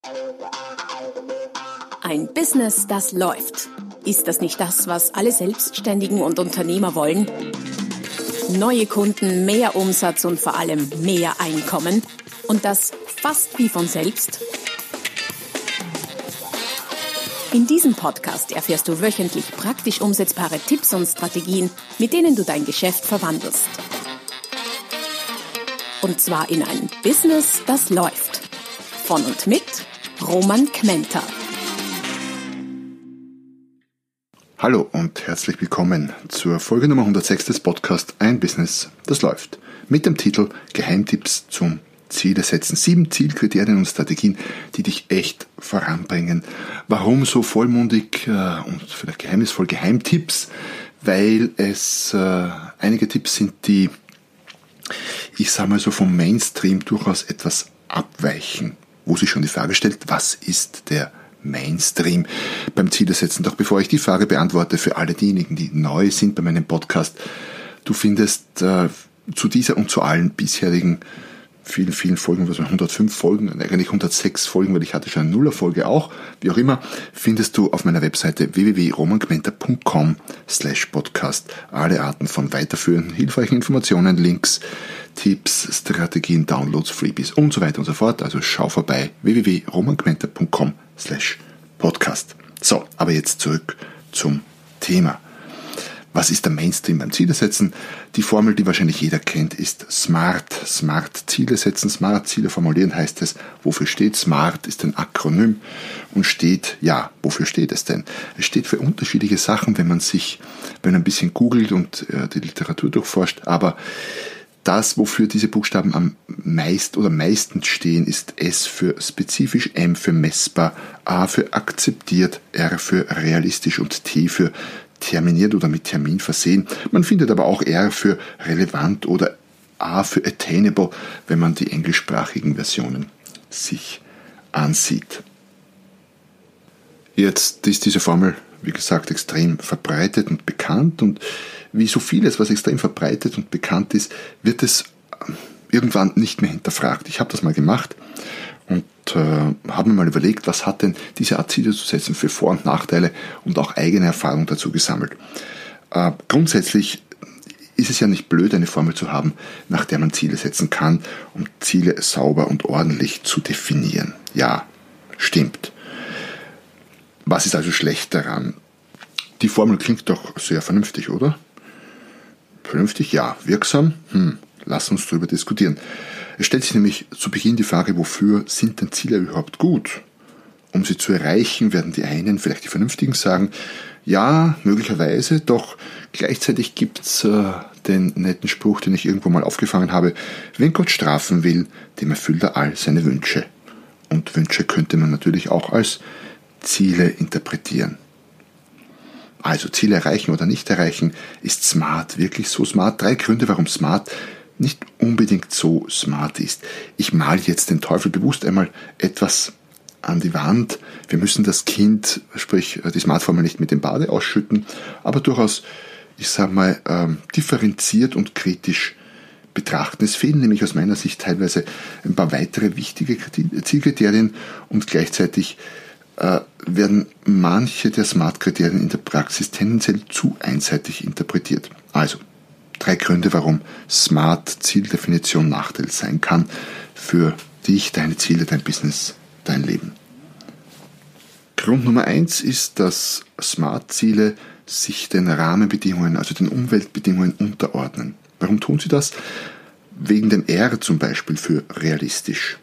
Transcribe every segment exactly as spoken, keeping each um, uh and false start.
Ein Business, das läuft. Ist das nicht das, was alle Selbstständigen und Unternehmer wollen? Neue Kunden, mehr Umsatz und vor allem mehr Einkommen. Und das fast wie von selbst? In diesem Podcast erfährst du wöchentlich praktisch umsetzbare Tipps und Strategien, mit denen du dein Geschäft verwandelst. Und zwar in ein Business, das läuft. Von und mit Roman Kmenter. Hallo und herzlich willkommen zur Folge Nummer hundertsechs des Podcasts Ein Business, das läuft. Mit dem Titel Geheimtipps zum Ziele setzen. Sieben Zielkriterien und Strategien, die dich echt voranbringen. Warum so vollmundig äh, und vielleicht geheimnisvoll Geheimtipps? Weil es äh, einige Tipps sind, die, ich sage mal so, vom Mainstream durchaus etwas abweichen. Wo sich schon die Frage stellt, was ist der Mainstream beim Ziele setzen? Doch bevor ich die Frage beantworte, für alle diejenigen, die neu sind bei meinem Podcast, du findest äh, zu dieser und zu allen bisherigen vielen, vielen Folgen, also hundertfünf Folgen, eigentlich hundertsechs Folgen, weil ich hatte schon eine Nuller-Folge auch, wie auch immer, findest du auf meiner Webseite w w w punkt roman kmenter punkt com slash podcast alle Arten von weiterführenden, hilfreichen Informationen, Links, Tipps, Strategien, Downloads, Freebies und so weiter und so fort. Also schau vorbei, w w w punkt roman kmenter punkt com slash podcast. So, aber jetzt zurück zum Thema. Was ist der Mainstream beim Ziele setzen? Die Formel, die wahrscheinlich jeder kennt, ist SMART. SMART Ziele setzen, SMART Ziele formulieren heißt es. Wofür steht SMART? Ist ein Akronym und steht, ja, wofür steht es denn? Es steht für unterschiedliche Sachen, wenn man sich, wenn man ein bisschen googelt und äh, die Literatur durchforscht, aber das, wofür diese Buchstaben am meist oder meistens stehen, ist S für spezifisch, M für messbar, A für akzeptiert, R für realistisch und T für terminiert oder mit Termin versehen. Man findet aber auch R für relevant oder A für attainable, wenn man die englischsprachigen Versionen sich ansieht. Jetzt ist diese Formel, wie gesagt, extrem verbreitet und bekannt, und wie so vieles, was extrem verbreitet und bekannt ist, wird es irgendwann nicht mehr hinterfragt. Ich habe das mal gemacht und äh, habe mir mal überlegt, was hat denn diese Art Ziele zu setzen für Vor- und Nachteile und auch eigene Erfahrung dazu gesammelt. Äh, grundsätzlich ist es ja nicht blöd, eine Formel zu haben, nach der man Ziele setzen kann, um Ziele sauber und ordentlich zu definieren. Ja, stimmt. Was ist also schlecht daran? Die Formel klingt doch sehr vernünftig, oder? Vernünftig, ja. Wirksam? Hm, lass uns darüber diskutieren. Es stellt sich nämlich zu Beginn die Frage, wofür sind denn Ziele überhaupt gut? Um sie zu erreichen, werden die einen, vielleicht die Vernünftigen, sagen, ja, möglicherweise, doch gleichzeitig gibt's äh, den netten Spruch, den ich irgendwo mal aufgefangen habe, wenn Gott strafen will, dem erfüllt er all seine Wünsche. Und Wünsche könnte man natürlich auch als Ziele interpretieren. Also Ziele erreichen oder nicht erreichen, ist SMART wirklich so smart? Drei Gründe, warum SMART nicht unbedingt so smart ist. Ich male jetzt den Teufel bewusst einmal etwas an die Wand. Wir müssen das Kind, sprich die SMART-Formel, nicht mit dem Bade ausschütten, aber durchaus, ich sage mal, ähm, differenziert und kritisch betrachten. Es fehlen nämlich aus meiner Sicht teilweise ein paar weitere wichtige Zielkriterien, und gleichzeitig äh, werden manche der SMART-Kriterien in der Praxis tendenziell zu einseitig interpretiert. Also, drei Gründe, warum SMART-Zieldefinition Nachteil sein kann für dich, deine Ziele, dein Business, dein Leben. Grund Nummer eins ist, dass SMART-Ziele sich den Rahmenbedingungen, also den Umweltbedingungen unterordnen. Warum tun sie das? Wegen dem R zum Beispiel für realistisch.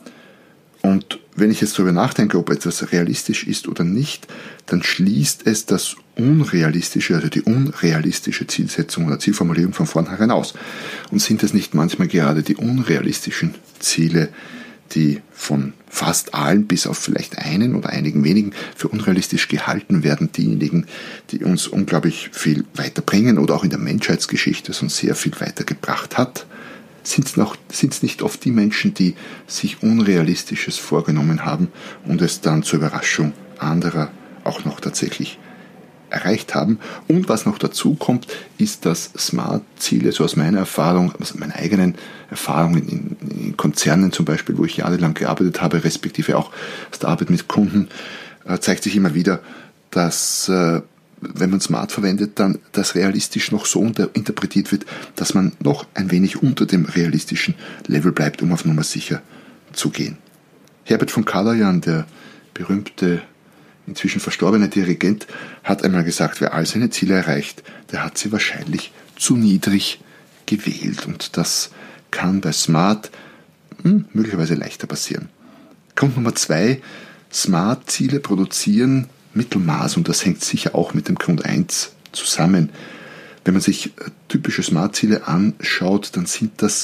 Und wenn ich jetzt darüber nachdenke, ob etwas realistisch ist oder nicht, dann schließt es das unrealistische, also die unrealistische Zielsetzung oder Zielformulierung von vornherein aus. Und sind es nicht manchmal gerade die unrealistischen Ziele, die von fast allen, bis auf vielleicht einen oder einigen wenigen, für unrealistisch gehalten werden, diejenigen, die uns unglaublich viel weiterbringen oder auch in der Menschheitsgeschichte uns sehr viel weitergebracht hat? Sind es noch, sind's nicht oft die Menschen, die sich Unrealistisches vorgenommen haben und es dann zur Überraschung anderer auch noch tatsächlich erreicht haben. Und was noch dazu kommt, ist, dass Smart-Ziele, so aus meiner Erfahrung, aus meinen eigenen Erfahrungen in, in Konzernen zum Beispiel, wo ich jahrelang gearbeitet habe, respektive auch aus der Arbeit mit Kunden, äh, zeigt sich immer wieder, dass äh, wenn man Smart verwendet, dann das realistisch noch so interpretiert wird, dass man noch ein wenig unter dem realistischen Level bleibt, um auf Nummer sicher zu gehen. Herbert von Karajan, der berühmte, inzwischen verstorbene Dirigent, hat einmal gesagt, wer all seine Ziele erreicht, der hat sie wahrscheinlich zu niedrig gewählt. Und das kann bei Smart hm, möglicherweise leichter passieren. Grund Nummer zwei, Smart-Ziele produzieren Mittelmaß, und das hängt sicher auch mit dem Grund eins zusammen. Wenn man sich typische Smart-Ziele anschaut, dann sind das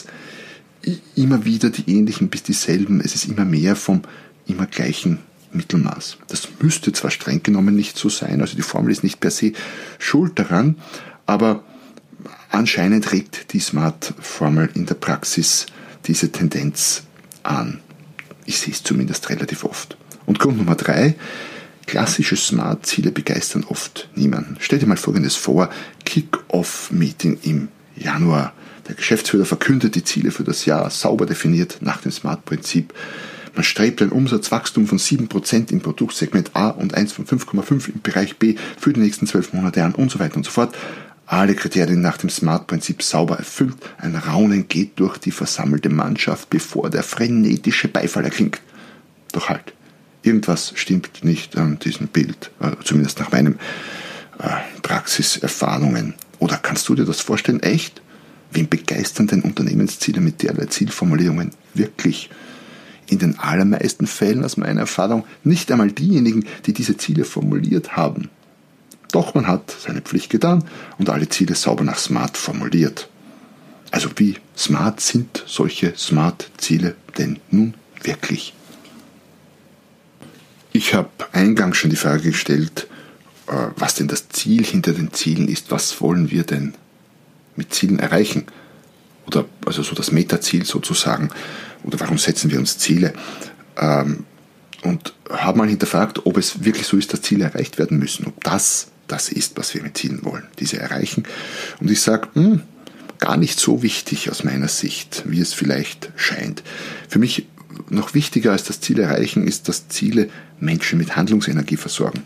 immer wieder die ähnlichen bis dieselben. Es ist immer mehr vom immer gleichen Mittelmaß. Das müsste zwar streng genommen nicht so sein, also die Formel ist nicht per se schuld daran, aber anscheinend regt die Smart-Formel in der Praxis diese Tendenz an. Ich sehe es zumindest relativ oft. Und Grund Nummer drei, klassische Smart-Ziele begeistern oft niemanden. Stell dir mal Folgendes vor: Kick-Off-Meeting im Januar. Der Geschäftsführer verkündet die Ziele für das Jahr, sauber definiert nach dem Smart-Prinzip. Man strebt ein Umsatzwachstum von sieben Prozent im Produktsegment A und eins von fünf Komma fünf im Bereich B für die nächsten zwölf Monate an und so weiter und so fort. Alle Kriterien nach dem Smart-Prinzip sauber erfüllt. Ein Raunen geht durch die versammelte Mannschaft, bevor der frenetische Beifall erklingt. Doch halt. Irgendwas stimmt nicht an diesem Bild, zumindest nach meinen äh, Praxiserfahrungen. Oder kannst du dir das vorstellen? Echt? Wen begeistern denn Unternehmensziele mit derlei Zielformulierungen wirklich? In den allermeisten Fällen, aus meiner Erfahrung, nicht einmal diejenigen, die diese Ziele formuliert haben. Doch man hat seine Pflicht getan und alle Ziele sauber nach Smart formuliert. Also wie smart sind solche Smart-Ziele denn nun wirklich? Ich habe eingangs schon die Frage gestellt, was denn das Ziel hinter den Zielen ist. Was wollen wir denn mit Zielen erreichen? Oder also so das Metaziel sozusagen. Oder warum setzen wir uns Ziele? Und habe mal hinterfragt, ob es wirklich so ist, dass Ziele erreicht werden müssen. Ob das das ist, was wir mit Zielen wollen, diese erreichen. Und ich sage, hm, gar nicht so wichtig aus meiner Sicht, wie es vielleicht scheint. Für mich noch wichtiger als das Ziel erreichen ist, dass Ziele Menschen mit Handlungsenergie versorgen.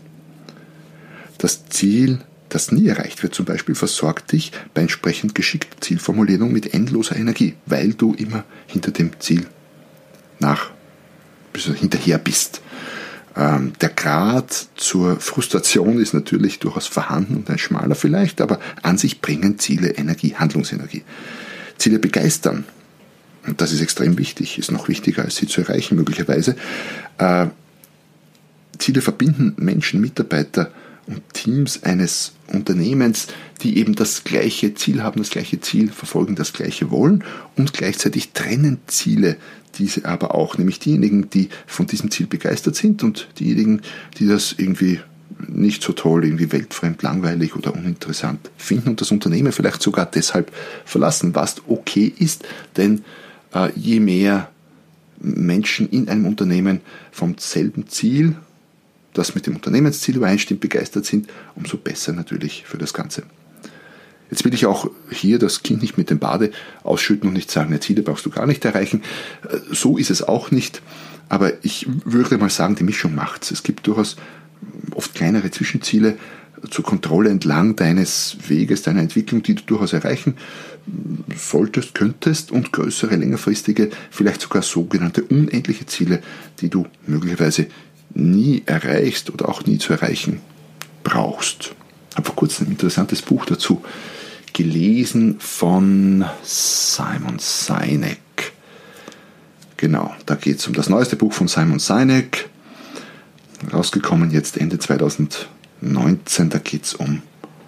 Das Ziel, das nie erreicht wird, zum Beispiel, versorgt dich bei entsprechend geschickter Zielformulierung mit endloser Energie, weil du immer hinter dem Ziel nach, also hinterher bist. Ähm, der Grad zur Frustration ist natürlich durchaus vorhanden und ein schmaler vielleicht, aber an sich bringen Ziele Energie, Handlungsenergie. Ziele begeistern. Und das ist extrem wichtig, ist noch wichtiger, als sie zu erreichen möglicherweise. Äh, Ziele verbinden Menschen, Mitarbeiter und Teams eines Unternehmens, die eben das gleiche Ziel haben, das gleiche Ziel verfolgen, das gleiche wollen, und gleichzeitig trennen Ziele diese aber auch, nämlich diejenigen, die von diesem Ziel begeistert sind und diejenigen, die das irgendwie nicht so toll, irgendwie weltfremd, langweilig oder uninteressant finden und das Unternehmen vielleicht sogar deshalb verlassen, was okay ist, denn äh, je mehr Menschen in einem Unternehmen vom selben Ziel, das mit dem Unternehmensziel übereinstimmt, begeistert sind, umso besser natürlich für das Ganze. Jetzt will ich auch hier das Kind nicht mit dem Bade ausschütten und nicht sagen, ja, Ziele brauchst du gar nicht erreichen. So ist es auch nicht, aber ich würde mal sagen, die Mischung macht's. Es gibt durchaus oft kleinere Zwischenziele zur Kontrolle entlang deines Weges, deiner Entwicklung, die du durchaus erreichen solltest, könntest, und größere, längerfristige, vielleicht sogar sogenannte unendliche Ziele, die du möglicherweise nie erreichst oder auch nie zu erreichen brauchst. Ich habe vor kurzem ein interessantes Buch dazu gelesen von Simon Sinek. Genau, da geht es um das neueste Buch von Simon Sinek, rausgekommen jetzt Ende zweitausendneunzehn. Da geht es um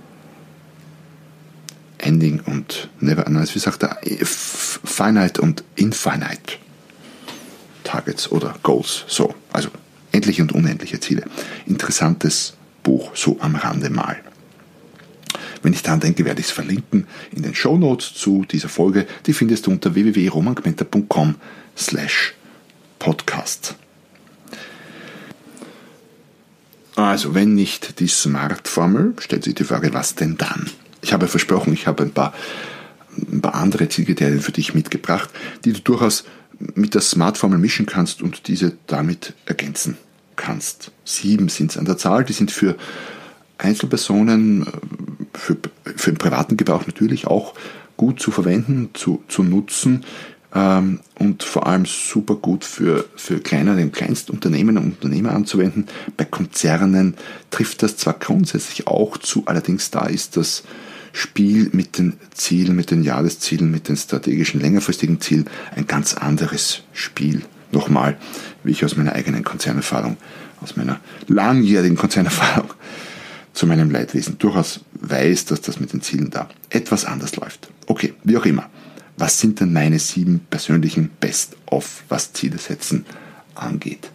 Ending und Never, wie sagt er, Finite und Infinite Targets oder Goals. So, also endliche und unendliche Ziele. Interessantes Buch, so am Rande mal. Wenn ich daran denke, werde ich es verlinken in den Shownotes zu dieser Folge. Die findest du unter w w w punkt roman gmenta punkt com slash podcast. Also, wenn nicht die SMART-Formel, stellt sich die Frage, was denn dann? Ich habe versprochen, ich habe ein paar, ein paar andere Zielkriterien für dich mitgebracht, die du durchaus mit der SMART-Formel mischen kannst und diese damit ergänzen kannst. Sieben sind es an der Zahl, die sind für Einzelpersonen, für, für den privaten Gebrauch natürlich auch gut zu verwenden, zu, zu nutzen ähm, und vor allem super gut für, für kleinere und Kleinstunternehmen und Unternehmer anzuwenden. Bei Konzernen trifft das zwar grundsätzlich auch zu, allerdings da ist das Spiel mit den Zielen, mit den Jahreszielen, mit den strategischen, längerfristigen Zielen ein ganz anderes Spiel. Nochmal, wie ich aus meiner eigenen Konzernerfahrung, aus meiner langjährigen Konzernerfahrung zu meinem Leidwesen durchaus weiß, dass das mit den Zielen da etwas anders läuft. Okay, wie auch immer. Was sind denn meine sieben persönlichen Best-of, was Ziele setzen angeht?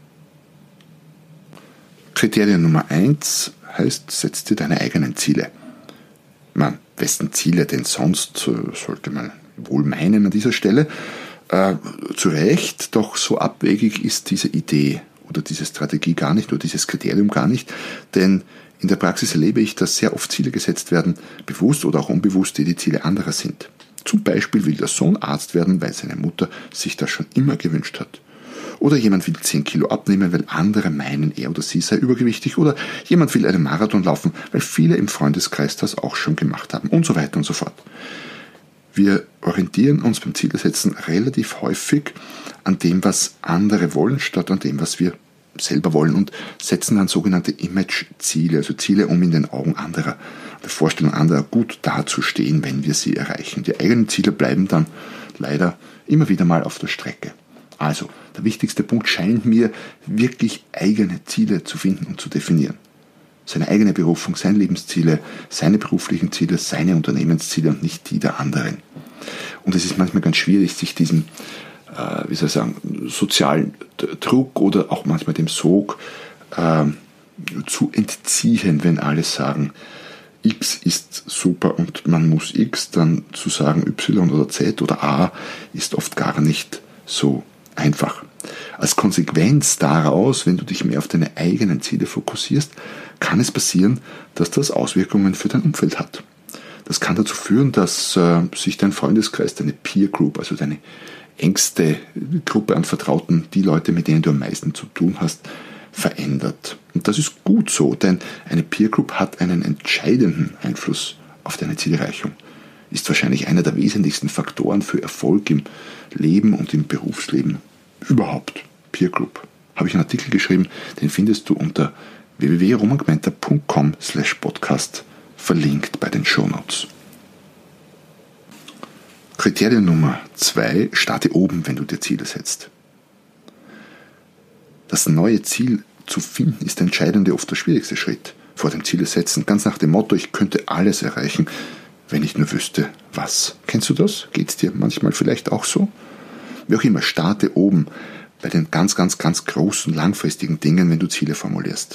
Kriterium Nummer eins heißt, setz dir deine eigenen Ziele. Man, wessen Ziele denn sonst, sollte man wohl meinen an dieser Stelle. Äh, zu Recht, doch so abwegig ist diese Idee oder diese Strategie gar nicht oder dieses Kriterium gar nicht, denn in der Praxis erlebe ich, dass sehr oft Ziele gesetzt werden, bewusst oder auch unbewusst, die die Ziele anderer sind. Zum Beispiel will der Sohn Arzt werden, weil seine Mutter sich das schon immer gewünscht hat. Oder jemand will zehn Kilo abnehmen, weil andere meinen, er oder sie sei übergewichtig. Oder jemand will einen Marathon laufen, weil viele im Freundeskreis das auch schon gemacht haben. Und so weiter und so fort. Wir orientieren uns beim Zielsetzen relativ häufig an dem, was andere wollen, statt an dem, was wir selber wollen und setzen dann sogenannte Image-Ziele, also Ziele, um in den Augen anderer, der Vorstellung anderer gut dazustehen, wenn wir sie erreichen. Die eigenen Ziele bleiben dann leider immer wieder mal auf der Strecke. Also, der wichtigste Punkt scheint mir, wirklich eigene Ziele zu finden und zu definieren. Seine eigene Berufung, seine Lebensziele, seine beruflichen Ziele, seine Unternehmensziele und nicht die der anderen. Und es ist manchmal ganz schwierig, sich diesem äh, wie soll ich sagen, sozialen Druck oder auch manchmal dem Sog äh, zu entziehen, wenn alle sagen, X ist super und man muss X, dann zu sagen Y oder Z oder A ist oft gar nicht so einfach. Als Konsequenz daraus, wenn du dich mehr auf deine eigenen Ziele fokussierst, kann es passieren, dass das Auswirkungen für dein Umfeld hat. Das kann dazu führen, dass äh, sich dein Freundeskreis, deine Peer Group, also deine engste Gruppe an Vertrauten, die Leute, mit denen du am meisten zu tun hast, verändert. Und das ist gut so, denn eine Peer Group hat einen entscheidenden Einfluss auf deine Zielerreichung. Ist wahrscheinlich einer der wesentlichsten Faktoren für Erfolg im Leben und im Berufsleben überhaupt. Peer Group. Habe ich einen Artikel geschrieben, den findest du unter w w w punkt romangmenta punkt com slash podcast verlinkt bei den Shownotes. Kriterium Nummer zwei, starte oben, wenn du dir Ziele setzt. Das neue Ziel zu finden ist der entscheidende, oft der schwierigste Schritt vor dem Ziele setzen. Ganz nach dem Motto, ich könnte alles erreichen, wenn ich nur wüsste, was. Kennst du das? Geht es dir manchmal vielleicht auch so? Wie auch immer, starte oben bei den ganz, ganz, ganz großen, langfristigen Dingen, wenn du Ziele formulierst.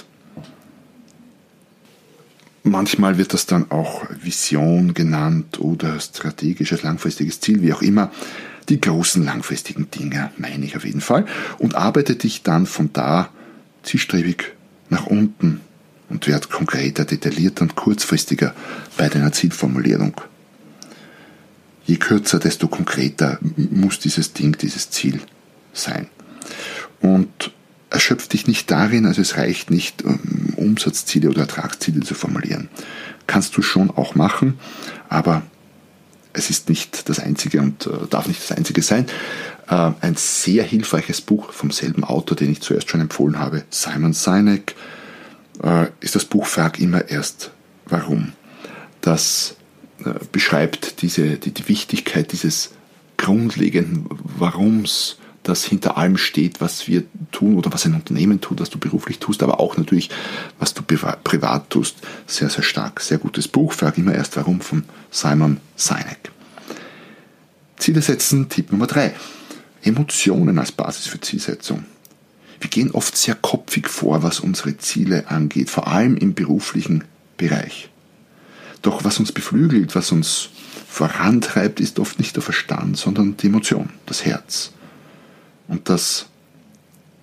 Manchmal wird das dann auch Vision genannt oder strategisches, langfristiges Ziel, wie auch immer. Die großen, langfristigen Dinge meine ich auf jeden Fall. Und arbeite dich dann von da zielstrebig nach unten und werd konkreter, detaillierter und kurzfristiger bei deiner Zielformulierung. Je kürzer, desto konkreter muss dieses Ding, dieses Ziel sein. Und erschöpft dich nicht darin, also es reicht nicht, um Umsatzziele oder Ertragsziele zu formulieren. Kannst du schon auch machen, aber es ist nicht das Einzige und äh, darf nicht das Einzige sein. Äh, ein sehr hilfreiches Buch vom selben Autor, den ich zuerst schon empfohlen habe, Simon Sinek, äh, ist das Buch Frag immer erst warum. Das äh, beschreibt diese, die, die Wichtigkeit dieses grundlegenden Warums, das hinter allem steht, was wir tun oder was ein Unternehmen tut, was du beruflich tust, aber auch natürlich, was du privat tust. Sehr, sehr stark. Sehr gutes Buch. Frag immer erst warum von Simon Sinek. Ziele setzen, Tipp Nummer drei. Emotionen als Basis für Zielsetzung. Wir gehen oft sehr kopfig vor, was unsere Ziele angeht, vor allem im beruflichen Bereich. Doch was uns beflügelt, was uns vorantreibt, ist oft nicht der Verstand, sondern die Emotion, das Herz. Und das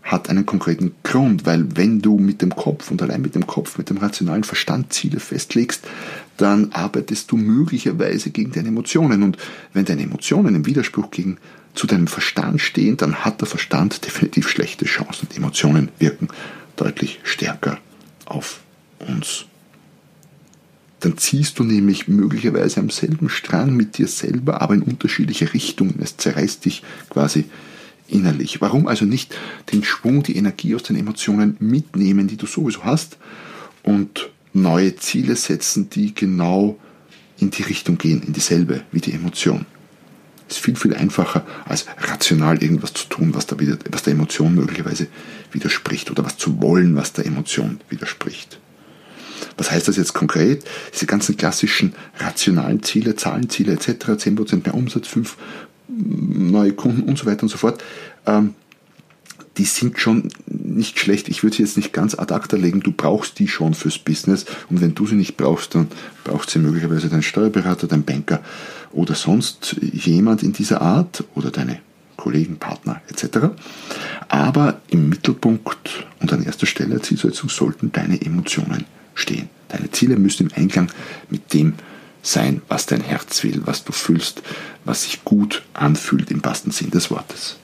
hat einen konkreten Grund, weil wenn du mit dem Kopf und allein mit dem Kopf, mit dem rationalen Verstand Ziele festlegst, dann arbeitest du möglicherweise gegen deine Emotionen. Und wenn deine Emotionen im Widerspruch gegen, zu deinem Verstand stehen, dann hat der Verstand definitiv schlechte Chancen. Die Emotionen wirken deutlich stärker auf uns. Dann ziehst du nämlich möglicherweise am selben Strang mit dir selber, aber in unterschiedliche Richtungen. Es zerreißt dich quasi innerlich. Warum also nicht den Schwung, die Energie aus den Emotionen mitnehmen, die du sowieso hast, und neue Ziele setzen, die genau in die Richtung gehen, in dieselbe wie die Emotion. Es ist viel, viel einfacher, als rational irgendwas zu tun, was, da wieder, was der Emotion möglicherweise widerspricht, oder was zu wollen, was der Emotion widerspricht. Was heißt das jetzt konkret? Diese ganzen klassischen rationalen Ziele, Zahlenziele et cetera, zehn Prozent mehr Umsatz, fünf neue Kunden und so weiter und so fort, ähm, die sind schon nicht schlecht. Ich würde sie jetzt nicht ganz ad acta legen. Du brauchst die schon fürs Business, und wenn du sie nicht brauchst, dann braucht sie möglicherweise dein Steuerberater, dein Banker oder sonst jemand in dieser Art oder deine Kollegen, Partner et cetera. Aber im Mittelpunkt und an erster Stelle der Zielsetzung sollten deine Emotionen stehen. Deine Ziele müssen im Einklang mit dem sein, was dein Herz will, was du fühlst, was sich gut anfühlt im wahrsten Sinn des Wortes.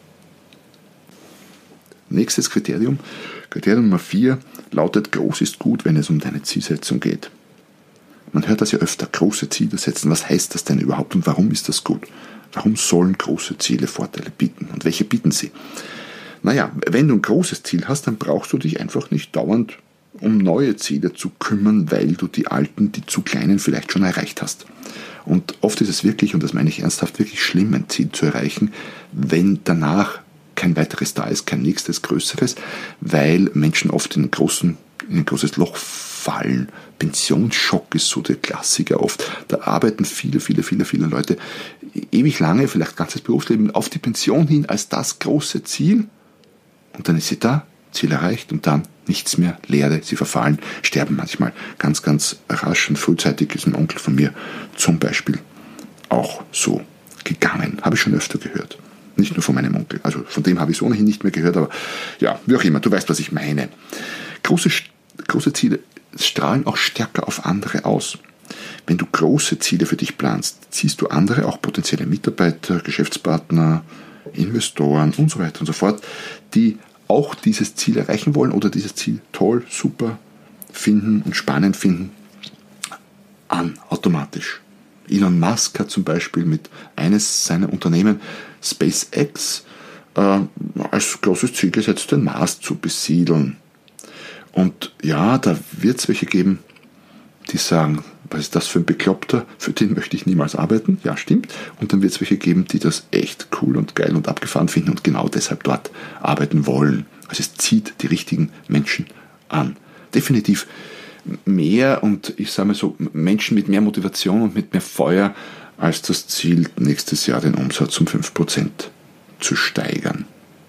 Nächstes Kriterium, Kriterium Nummer vier, lautet: Groß ist gut, wenn es um deine Zielsetzung geht. Man hört das ja öfter, große Ziele setzen. Was heißt das denn überhaupt und warum ist das gut? Warum sollen große Ziele Vorteile bieten und welche bieten sie? Naja, wenn du ein großes Ziel hast, dann brauchst du dich einfach nicht dauernd um neue Ziele zu kümmern, weil du die alten, die zu kleinen vielleicht schon erreicht hast. Und oft ist es wirklich, und das meine ich ernsthaft, wirklich schlimm, ein Ziel zu erreichen, wenn danach kein weiteres da ist, kein nächstes größeres, weil Menschen oft in, großen, in ein großes Loch fallen. Pensionsschock ist so der Klassiker oft. Da arbeiten viele, viele, viele, viele Leute ewig lange, vielleicht ganzes Berufsleben, auf die Pension hin als das große Ziel, und dann ist sie da, Ziel erreicht, und dann nichts mehr, Leere, sie verfallen, sterben manchmal ganz, ganz rasch und frühzeitig. Ist ein Onkel von mir zum Beispiel auch so gegangen. Habe ich schon öfter gehört. Nicht nur von meinem Onkel. Also von dem habe ich es ohnehin nicht mehr gehört, aber ja, wie auch immer, du weißt, was ich meine. Große, große Ziele strahlen auch stärker auf andere aus. Wenn du große Ziele für dich planst, ziehst du andere, auch potenzielle Mitarbeiter, Geschäftspartner, Investoren und so weiter und so fort, die auch dieses Ziel erreichen wollen oder dieses Ziel toll, super finden und spannend finden, an, automatisch. Elon Musk hat zum Beispiel mit eines seiner Unternehmen, SpaceX, äh, als großes Ziel gesetzt, den Mars zu besiedeln. Und ja, da wird es welche geben, die sagen, was ist das für ein Bekloppter, für den möchte ich niemals arbeiten. Ja, stimmt. Und dann wird es welche geben, die das echt cool und geil und abgefahren finden und genau deshalb dort arbeiten wollen. Also es zieht die richtigen Menschen an. Definitiv mehr, und ich sage mal so, Menschen mit mehr Motivation und mit mehr Feuer als das Ziel, nächstes Jahr den Umsatz um fünf Prozent zu steigern.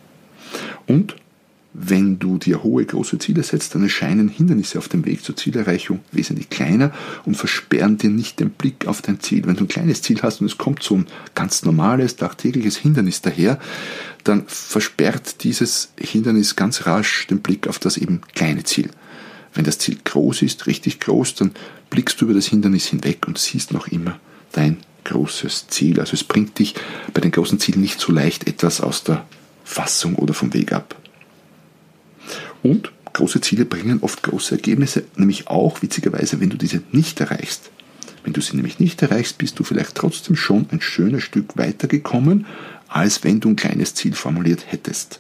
Und wenn du dir hohe, große Ziele setzt, dann erscheinen Hindernisse auf dem Weg zur Zielerreichung wesentlich kleiner und versperren dir nicht den Blick auf dein Ziel. Wenn du ein kleines Ziel hast und es kommt so ein ganz normales, tagtägliches Hindernis daher, dann versperrt dieses Hindernis ganz rasch den Blick auf das eben kleine Ziel. Wenn das Ziel groß ist, richtig groß, dann blickst du über das Hindernis hinweg und siehst noch immer dein großes Ziel. Also es bringt dich bei den großen Zielen nicht so leicht etwas aus der Fassung oder vom Weg ab. Und große Ziele bringen oft große Ergebnisse, nämlich auch witzigerweise, wenn du diese nicht erreichst. Wenn du sie nämlich nicht erreichst, bist du vielleicht trotzdem schon ein schönes Stück weitergekommen, als wenn du ein kleines Ziel formuliert hättest.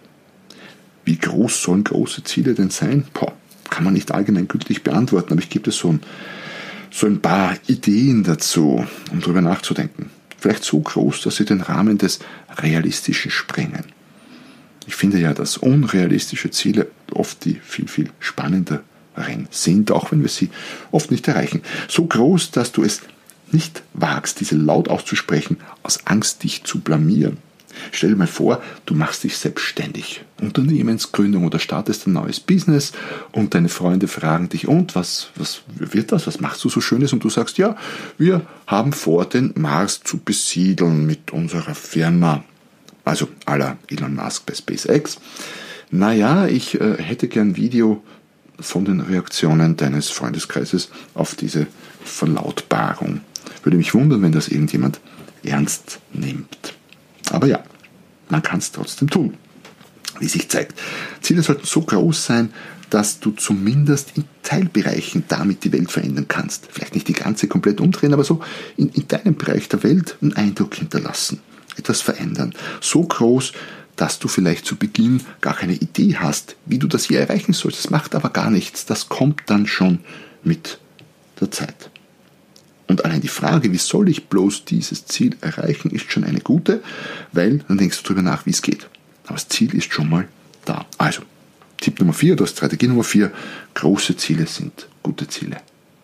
Wie groß sollen große Ziele denn sein? Boah, kann man nicht allgemeingültig beantworten, aber ich gebe dir so ein, so ein paar Ideen dazu, um darüber nachzudenken. Vielleicht so groß, dass sie den Rahmen des Realistischen sprengen. Ich finde ja, dass unrealistische Ziele oft die viel, viel spannenderen sind, auch wenn wir sie oft nicht erreichen. So groß, dass du es nicht wagst, diese laut auszusprechen, aus Angst, dich zu blamieren. Stell dir mal vor, du machst dich selbstständig, Unternehmensgründung, oder startest ein neues Business und deine Freunde fragen dich, und was, was wird das, was machst du so Schönes? Und du sagst, ja, wir haben vor, den Mars zu besiedeln mit unserer Firma. Also à la Elon Musk bei SpaceX. naja, ich äh, hätte gern Video von den Reaktionen deines Freundeskreises auf diese Verlautbarung. Würde mich wundern, wenn das irgendjemand ernst nimmt. Aber ja, man kann es trotzdem tun, wie sich zeigt. Ziele sollten so groß sein, dass du zumindest in Teilbereichen damit die Welt verändern kannst. Vielleicht nicht die ganze komplett umdrehen, aber so in, in deinem Bereich der Welt einen Eindruck hinterlassen, etwas verändern. So groß, dass du vielleicht zu Beginn gar keine Idee hast, wie du das hier erreichen sollst. Das macht aber gar nichts. Das kommt dann schon mit der Zeit. Und allein die Frage, wie soll ich bloß dieses Ziel erreichen, ist schon eine gute, weil dann denkst du darüber nach, wie es geht. Aber das Ziel ist schon mal da. Also, Tipp Nummer vier, oder Strategie Nummer vier, große Ziele sind gute Ziele.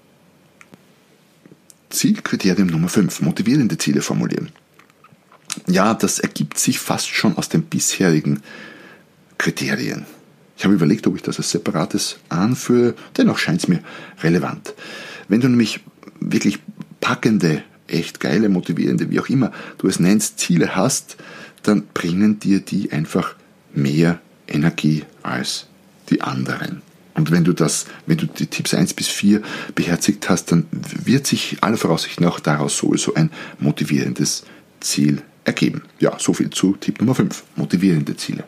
Zielkriterium Nummer fünf, motivierende Ziele formulieren. Ja, das ergibt sich fast schon aus den bisherigen Kriterien. Ich habe überlegt, ob ich das als separates anführe, dennoch scheint es mir relevant. Wenn du nämlich wirklich packende, echt geile, motivierende, wie auch immer du es nennst, Ziele hast, dann bringen dir die einfach mehr Energie als die anderen. Und wenn du das, wenn du die Tipps eins bis vier beherzigt hast, dann wird sich aller Voraussicht nach daraus sowieso ein motivierendes Ziel ergeben. Ja, soviel zu Tipp Nummer fünf, motivierende Ziele.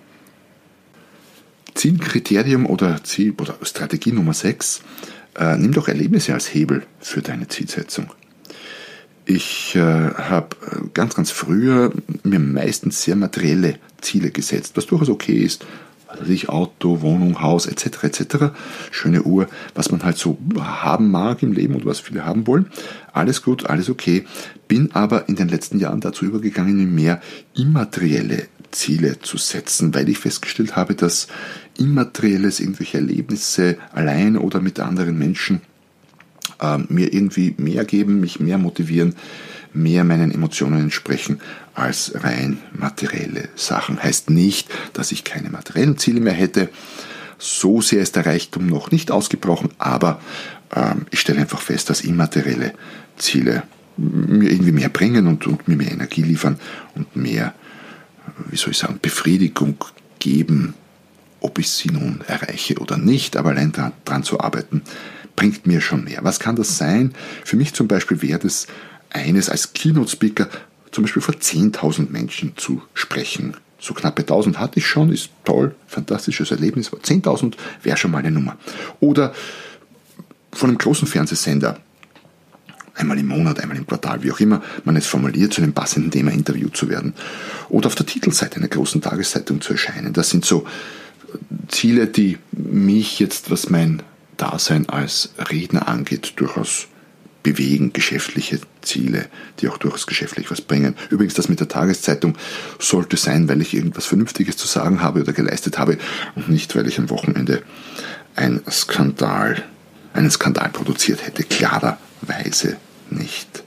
Zielkriterium oder Ziel oder Strategie Nummer sechs, äh, nimm doch Erlebnisse als Hebel für deine Zielsetzung. Ich äh, habe ganz, ganz früher mir meistens sehr materielle Ziele gesetzt, was durchaus okay ist. Also ich Auto, Wohnung, Haus et cetera et cetera. Schöne Uhr, was man halt so haben mag im Leben oder was viele haben wollen. Alles gut, alles okay. Bin aber in den letzten Jahren dazu übergegangen, mehr immaterielle Ziele zu setzen, weil ich festgestellt habe, dass immaterielles, irgendwelche Erlebnisse allein oder mit anderen Menschen äh, mir irgendwie mehr geben, mich mehr motivieren, mehr meinen Emotionen entsprechen als rein materielle Sachen. Heißt nicht, dass ich keine materiellen Ziele mehr hätte. So sehr ist der Reichtum noch nicht ausgebrochen, aber ähm, ich stelle einfach fest, dass immaterielle Ziele mir irgendwie mehr bringen und, und mir mehr Energie liefern und mehr, wie soll ich sagen, Befriedigung geben, ob ich sie nun erreiche oder nicht, aber allein dran, dran zu arbeiten, bringt mir schon mehr. Was kann das sein? Für mich zum Beispiel wäre das eines als Keynote-Speaker zum Beispiel vor zehntausend Menschen zu sprechen. So knappe tausend hatte ich schon, ist toll, fantastisches Erlebnis. zehntausend wäre schon mal eine Nummer. Oder von einem großen Fernsehsender, einmal im Monat, einmal im Quartal, wie auch immer man es formuliert, zu einem passenden Thema interviewt zu werden. Oder auf der Titelseite einer großen Tageszeitung zu erscheinen. Das sind so Ziele, die mich jetzt, was mein Dasein als Redner angeht, durchaus bewegen, geschäftliche Ziele, die auch durchaus geschäftlich was bringen. Übrigens, das mit der Tageszeitung sollte sein, weil ich irgendwas Vernünftiges zu sagen habe oder geleistet habe und nicht, weil ich am Wochenende ein Skandal, einen Skandal produziert hätte. Klarerweise nicht.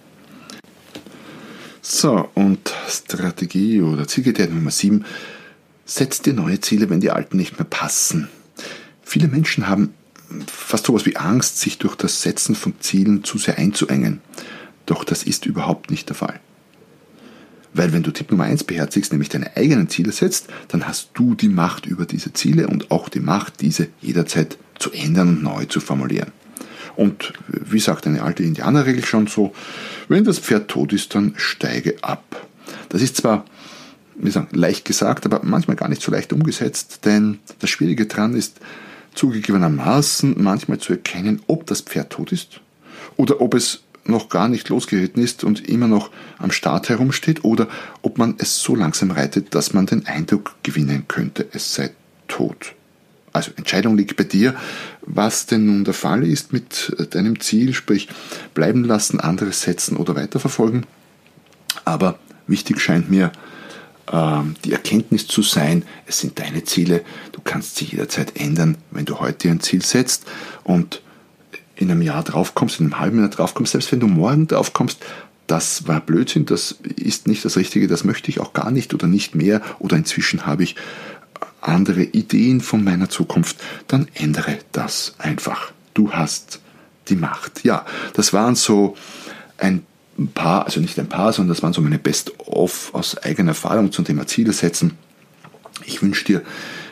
So, und Strategie oder Zielkriterium Nummer sieben. Setz dir neue Ziele, wenn die alten nicht mehr passen. Viele Menschen haben fast sowas wie Angst, sich durch das Setzen von Zielen zu sehr einzuengen. Doch das ist überhaupt nicht der Fall. Weil wenn du Tipp Nummer eins beherzigst, nämlich deine eigenen Ziele setzt, dann hast du die Macht über diese Ziele und auch die Macht, diese jederzeit zu ändern und neu zu formulieren. Und wie sagt eine alte Indianerregel schon so, wenn das Pferd tot ist, dann steige ab. Das ist zwar, wie sagen, leicht gesagt, aber manchmal gar nicht so leicht umgesetzt, denn das Schwierige daran ist, zugegebenermaßen manchmal zu erkennen, ob das Pferd tot ist oder ob es noch gar nicht losgeritten ist und immer noch am Start herumsteht oder ob man es so langsam reitet, dass man den Eindruck gewinnen könnte, es sei tot. Also Entscheidung liegt bei dir, was denn nun der Fall ist mit deinem Ziel, sprich bleiben lassen, anderes setzen oder weiterverfolgen. Aber wichtig scheint mir, die Erkenntnis zu sein, es sind deine Ziele, du kannst sie jederzeit ändern, wenn du heute ein Ziel setzt und in einem Jahr draufkommst, in einem halben Jahr draufkommst, selbst wenn du morgen draufkommst, das war Blödsinn, das ist nicht das Richtige, das möchte ich auch gar nicht oder nicht mehr oder inzwischen habe ich andere Ideen von meiner Zukunft, dann ändere das einfach. Du hast die Macht. Ja, das waren so ein Ein paar, also nicht ein paar, sondern das waren so meine Best-of aus eigener Erfahrung zum Thema Ziele setzen. Ich wünsche dir,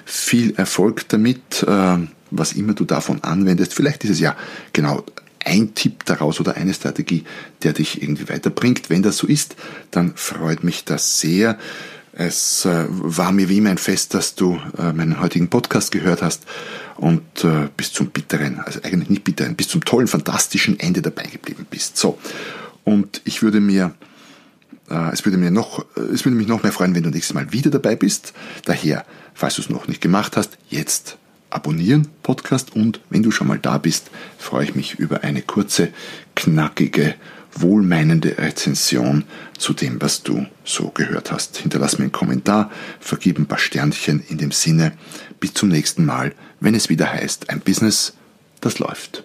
viel Erfolg damit, was immer du davon anwendest. Vielleicht ist es ja genau ein Tipp daraus oder eine Strategie, der dich irgendwie weiterbringt. Wenn das so ist, dann freut mich das sehr. Es äh, war mir wie immer ein Fest, dass du äh, meinen heutigen Podcast gehört hast und äh, bis zum bitteren, also eigentlich nicht bitteren, bis zum tollen, fantastischen Ende dabei geblieben bist. So, und ich würde mir, äh, es würde mir noch, es würde mich noch mehr freuen, wenn du nächstes Mal wieder dabei bist. Daher, falls du es noch nicht gemacht hast, jetzt abonnieren, Podcast, und wenn du schon mal da bist, freue ich mich über eine kurze, knackige, wohlmeinende Rezension zu dem, was du so gehört hast. Hinterlass mir einen Kommentar, vergib ein paar Sternchen in dem Sinne. Bis zum nächsten Mal, wenn es wieder heißt, ein Business, das läuft.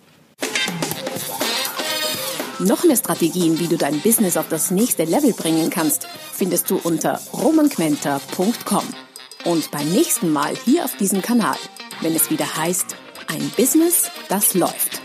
Noch mehr Strategien, wie du dein Business auf das nächste Level bringen kannst, findest du unter romanquenter punkt com. Und beim nächsten Mal hier auf diesem Kanal, wenn es wieder heißt, ein Business, das läuft.